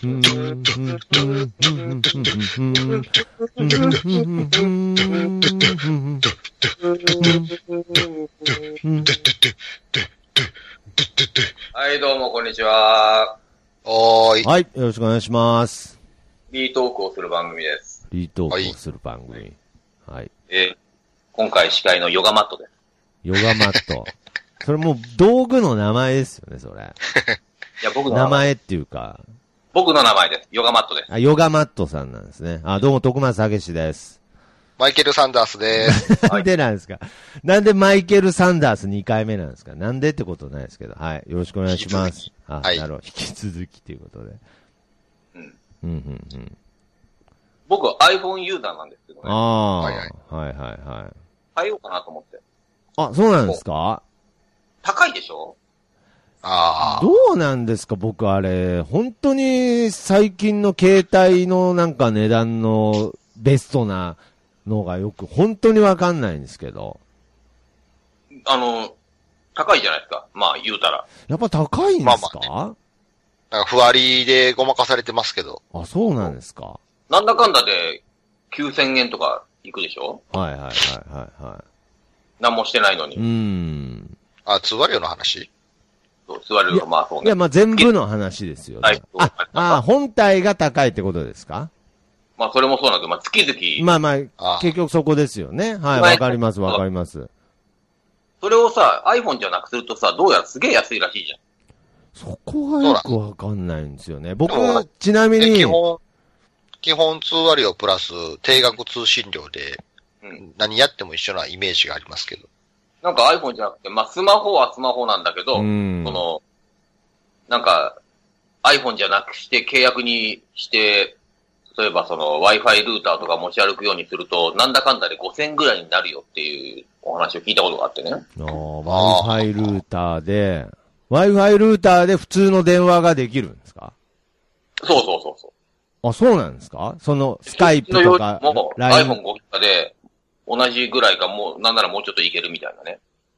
はい、どうも、こんにちは。 はい、 よろしくお願いします。 フリートークをする番組です。 フリートークをする番組。はい。 今回司会のヨガマットです。 ヨガマット。それもう道具の名前ですよね、それ。 いや、僕の名前っていうか。 僕の名前です。ヨガマットです。 ヨガマットさんなんですね。どうも、徳松武史です。 マイケル・サンダースです。 なんでなんですか、なんでマイケル・サンダース2回目なんですか？なんでってことないですけど。はい。よろしくお願いします。 はい。 なるほど。引き続きということで。 僕は iPhone ユーザーなんですけどね。 はい。 変えようかなと思って。 そうなんですか？ 高いでしょ？ どうなんですか？僕あれ、本当に最近の携帯のなんか値段のベストなのがよく本当にわかんないんですけど。 高いじゃないですか。まあ言うたら。 やっぱ高いんですか？ なんかふわりでごまかされてますけど。 そうなんですか。 なんだかんだで9000円とかいくでしょ？ はい。 何もしてないのに。 通話料の話？ 通話料の、まあそうね。 いや、全部の話ですよね。本体が高いってことですか？ まあそれもそうなんだけど、月々。 結局そこですよね。はい、わかります。 それをさ、iPhone じゃなくするとさ、どうやらすげえ安いらしいじゃん。 そこがよくわかんないんですよね。僕、ちなみに。 基本通話料プラス定額通信料で、何やっても一緒なイメージがありますけど。 なんか iPhone じゃなくて、まあ、スマホはスマホなんだけど、なんか、iPhone じゃなくして契約にして、例えばWi-Fi ルーターとか持ち歩くようにすると、なんだかんだで5000ぐらいになるよっていうお話を聞いたことがあってね。 Wi-Fi ルーターで、普通の電話ができるんですか？ そう。 そうなんですか？スカイプとか。 もう iPhone 5ギガで、同じぐらいかなんならもうちょっといけるみたいなね。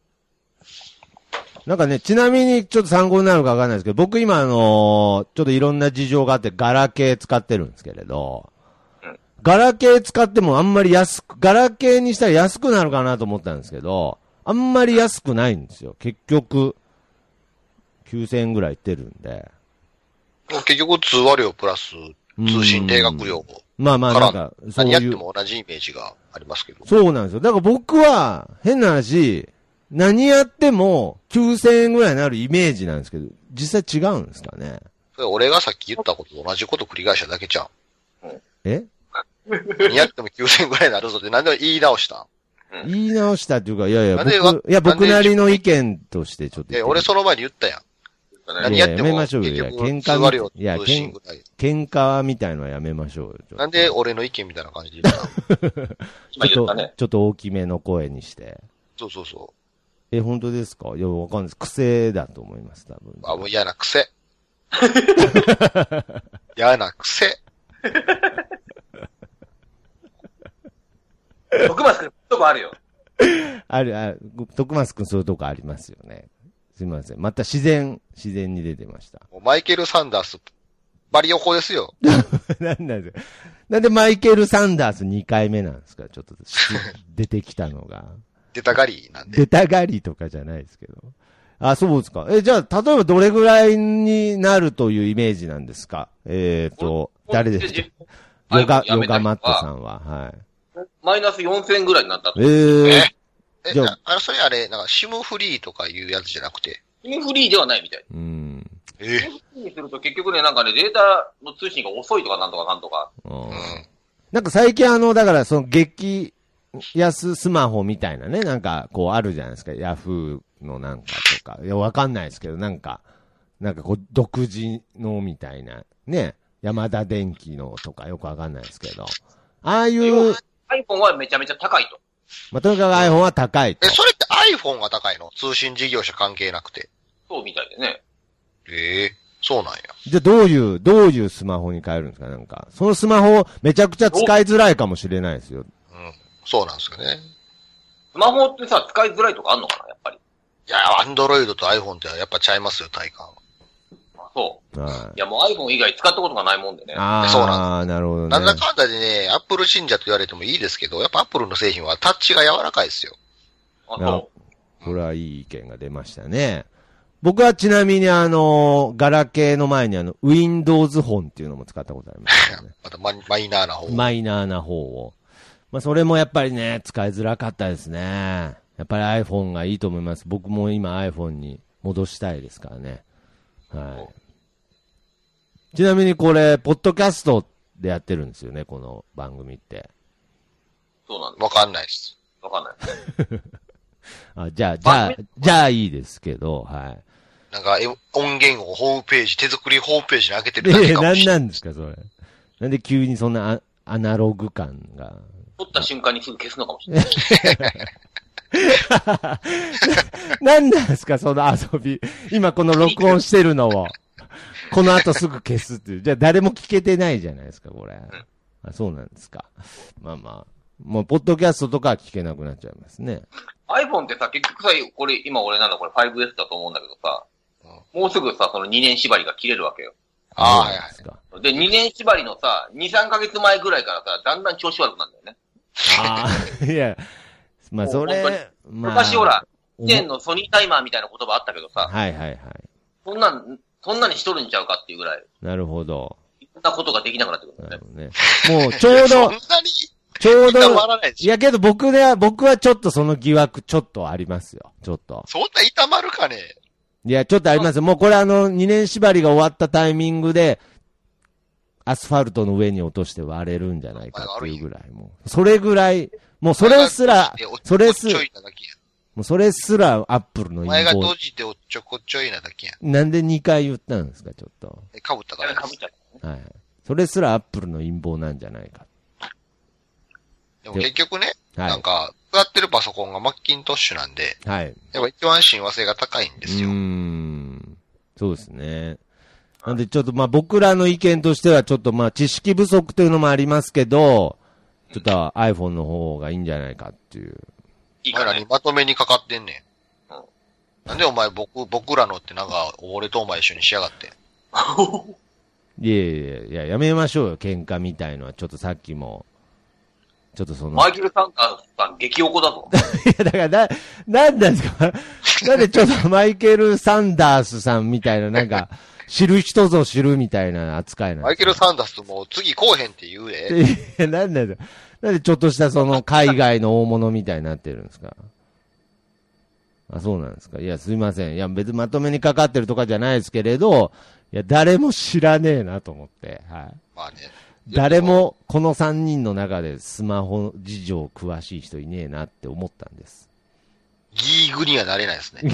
なんかね、ちなみにちょっと参考になるかわかんないですけど、僕今ちょっといろんな事情があってガラケー使ってるんですけれど、ガラケー使ってもあんまりガラケーにしたら安くなるかなと思ったんですけど、あんまり安くないんですよ。結局、9000円ぐらいいってるんで。 結局通話料プラス通信定額料。 なんか、 何やっても同じイメージがありますけど。 そうなんですよ。だから僕は、変な話、何やっても9000円ぐらいになるイメージなんですけど、実際違うんですかね。 それ俺がさっき言ったことと同じこと繰り返しただけじゃん。何やっても9000円ぐらいになるぞってなんで言い直したん？ 言い直したっていうか、僕なりの意見としてちょっと。 俺その前に言ったやん。何やっても結局通話料通信ぐらい。 喧嘩みたいのはやめましょうよ。 なんで俺の意見みたいな感じで言ったの？ちょっと大きめの声にして。 そう。 本当ですか？いや、わかんないです。癖だと思います、多分。 もう嫌な癖。嫌な癖。 徳松くん、とこあるよ。 徳松くんそういうとこありますよね。すみません。また自然に出てました。 マイケル・サンダース、バリ横ですよ。 なんでマイケル・サンダース2回目なんですか？ちょっと出てきたのが。 出たがりなんで。 出たがりとかじゃないですけど。そうですか。じゃあ、例えばどれぐらいになるというイメージなんですか？誰ですか？ヨガマットさんは。はい。 マイナス4000円ぐらいになったと。 じゃあ、それあれ、なんか、シムフリーとかいうやつじゃなくて。 シムフリーではないみたい。シムフリーにすると結局ね、なんかね、データの通信が遅いとかなんとか。 なんか最近だから激安スマホみたいなね、なんかこうあるじゃないですか。ヤフーのなんかとか。いや、わかんないですけど、なんかこう、独自のみたいな、ね。ヤマダ電機のとかよくわかんないですけど。ああいう。 iPhone はめちゃめちゃ高いと。 とにかく iPhone は高いと。 それって iPhone が高いの？通信事業者関係なくて。 そうみたいでね。 そうなんや。 じゃあどういうスマホに変えるんですか？なんか。そのスマホめちゃくちゃ使いづらいかもしれないですよ。 そうなんですよね。 スマホってさ、使いづらいとかあんのかなやっぱり。 いや、Android と iPhone ってやっぱちゃいますよ、体感。 そそう。いや、もう iPhone 以外使ったことがないもんでね。 そうなんです。 なるほどね。 なんだかんだでね、Apple 信者と言われてもいいですけど、やっぱ Apple の製品はタッチが柔らかいですよ。 そう。 これはいい意見が出ましたね。僕はちなみにガラケーの前にWindows 本っていうのも使ったことありますね。 またマイナーな方。 マイナーな方を。まあ、それもやっぱりね、使いづらかったですね。やっぱり iPhone がいいと思います。僕も今 iPhone に戻したいですからね。はい。ちなみにこれ、ポッドキャストでやってるんですよね、この番組って。 そうなんです。 わかんないです。 わかんない。 じゃあいいですけど、はい。 なんか、音源をホームページ、手作りホームページに上げてるだけかもしれない。 何なんですか、それ。なんで急にそんなアナログ感が。 撮った瞬間にすぐ消すのかもしれない。 何なんですか、その遊び。今この録音してるのを。この後すぐ消すっていう。じゃあ誰も聞けてないじゃないですか、これ。そうなんですか。まあまあ。もう、ポッドキャストとかは聞けなくなっちゃいますね。 iPhone ってさ、結局さ、これ 5S だと思うんだけどさ、もうすぐさ、その2年縛りが切れるわけよ。 はいはい。 で、2年縛りのさ、2、3ヶ月前ぐらいからさ、だんだん調子悪くなるんだよね。 いや、まあそれ、 まあ、昔ほら、以前のソニータイマーみたいな言葉あったけどさ、 はいはいはい。 そんなにしとるんちゃうかっていうぐらい。 なるほど。 いろんなことができなくなってくるんだよね。もうちょうど、いやけど僕はちょっとその疑惑ちょっとありますよ。ちょっと。 そんな痛まるかね。 いや、ちょっとありますよ。もうこれ2年縛りが終わったタイミングで、アスファルトの上に落として割れるんじゃないかっていうぐらい、もう。それぐらい、もうそれすら、もうそれすらアップルの陰謀。 お前が閉じておっちょこちょいなだけやん。なんで2回言ったんですか、ちょっと。 かぶったから。 かぶっちゃった。 はい。それすらアップルの陰謀なんじゃないか。 でも結局ね、なんか、使ってるパソコンがマッキントッシュなんで、 はい。 やっぱ一番親和性が高いんですよ。 そうですね。なんでちょっと僕らの意見としてはちょっと知識不足というのもありますけど、ちょっと iPhone の方がいいんじゃないかっていう。 お前らにまとめにかかってんねん。なんでお前僕らのってなんか、俺とお前一緒にしやがって。 いや、やめましょうよ、喧嘩みたいのは。ちょっとさっきも。ちょっとマイケル・サンダースさん激おこだぞ。 いや、だからなんですかなんでちょっとマイケル・サンダースさんみたいな、なんか、知る人ぞ知るみたいな扱いなんですか。 マイケル・サンダースもう次来おへんって言うで。 いや、なんでちょっとしたその海外の大物みたいになってるんですか。そうなんですか。いや、すいません。いや、別にまとめにかかってるとかじゃないですけれど、いや、誰も知らねえなと思って。はい。 まあね。 誰もこの3人の中でスマホ事情詳しい人いねえなって思ったんです。 ギーグにはなれないですね。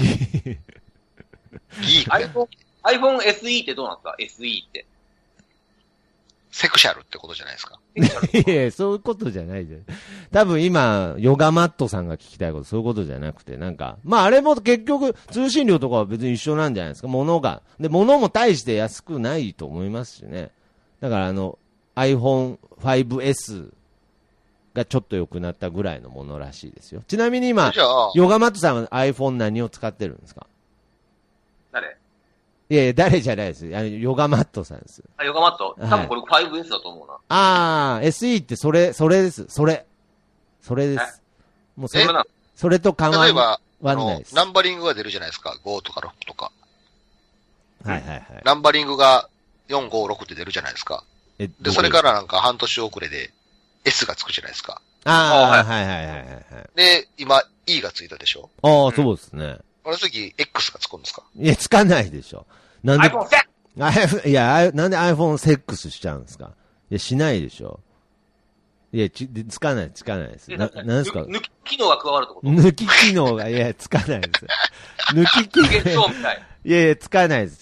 ギーグ。 iPhone SE ってどうなんですか ?SE って。 セクシャルってことじゃないですか。 いや、そういうことじゃないじゃん。多分今、ヨガマットさんが聞きたいこと、そういうことじゃなくて、なんか、あれも結局、通信料とかは別に一緒なんじゃないですか、物が。で、物も大して安くないと思いますしね。だからiPhone 5S がちょっと良くなったぐらいのものらしいですよ。ちなみに今、ヨガマットさんは iPhone 何を使ってるんですか？ 誰？ いや誰じゃないです。ヨガマットさんです。 ヨガマット？多分これ 5S だと思うな。SE ってそれです。それです。もうそれと変わらないです。 ナンバリングが出るじゃないですか。5とか6とか。 はいはいはい。 ナンバリングが4、5、6って出るじゃないですか。で、それからなんか半年遅れで S がつくじゃないですか。 はい。 で、今 E がついたでしょ。 そうですね。 この次 X がつくんですか？ いや、つかないでしょ。なんで iPhone いや、なんで iPhone6 しちゃうんですか？いや、しないでしょ。いや、つかないです。なんですか？ 抜き機能が加わるってこと？ 抜き機能が、いや、つかないです。抜き機能。いや、つかないです。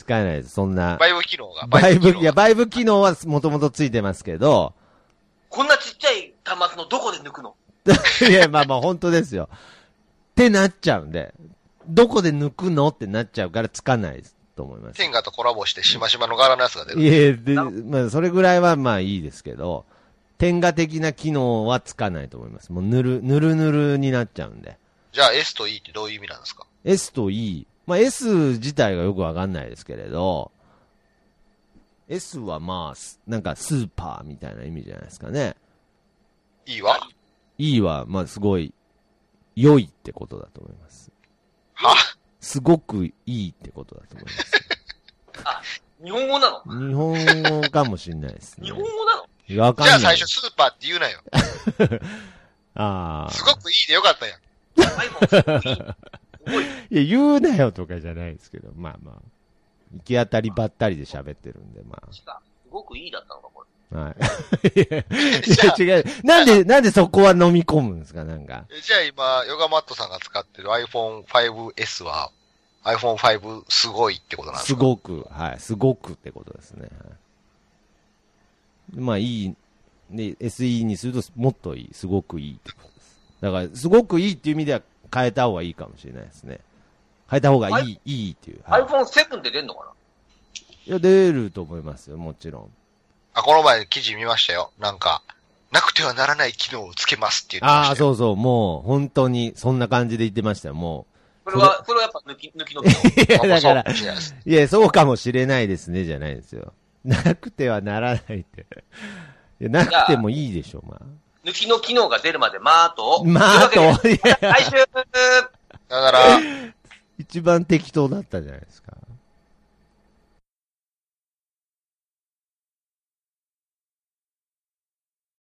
そんな。 バイブ機能が。 バイブ機能はもともとついてますけど。 こんなちっちゃい端末のどこで抜くの？ いや、本当ですよ。ってなっちゃうんで。どこで抜くのってなっちゃうからつかないですと思います。 テンガとコラボしてしましまの柄のやつが出る。 いや、それぐらいはいいですけど、テンガ的な機能はつかないと思います。もうぬるになっちゃうんで。 じゃあ S と E ってどういう意味なんですか？ S と E。S 自体がよくわかんないですけれど、 S はまあ、なんかスーパーみたいな意味じゃないですかね。 いいわ。 いいは、まあすごい、良いってことだと思います。 はすごくいいってことだと思います。 あ、日本語なの？ 日本語かもしれないですね。 日本語なの？ わかんない。 じゃあ最初スーパーって言うなよ。 ああ。 すごくいいでよかったやん。 すごい。 いや、言うなよとかじゃないですけど、まあまあ。行き当たりばったりで喋ってるんで、まあ。 すごくいいだったのか、これ。 はい。いや、違う。なんでそこは飲み込むんですか、なんか。 じゃあ今、ヨガマットさんが使ってる iPhone 5S は、iPhone 5すごいってことなんですか？ すごく、はい。すごくってことですね。はい、まあ、いい、で、SE にするともっといい。すごくいいってことです。だから、すごくいいっていう意味では変えた方がいいかもしれないですね。変えた方がいいっていう。 はい、iPhone7 で出んのかな？ いや、出ると思いますよ、もちろん。 この前記事見ましたよ。なんか、なくてはならない機能をつけますって言ってましたよ。 ああ、そうそう、もう、本当に、そんな感じで言ってましたよ、もう。それはやっぱ抜きの機能。 いや、だから、いや、そうかもしれないですね、じゃないですよ。なくてはならないって。いや、なくてもいいでしょ、まあ。 抜きの機能が出るまで、まーいや、 来週だから、 一番適当だったじゃないですか。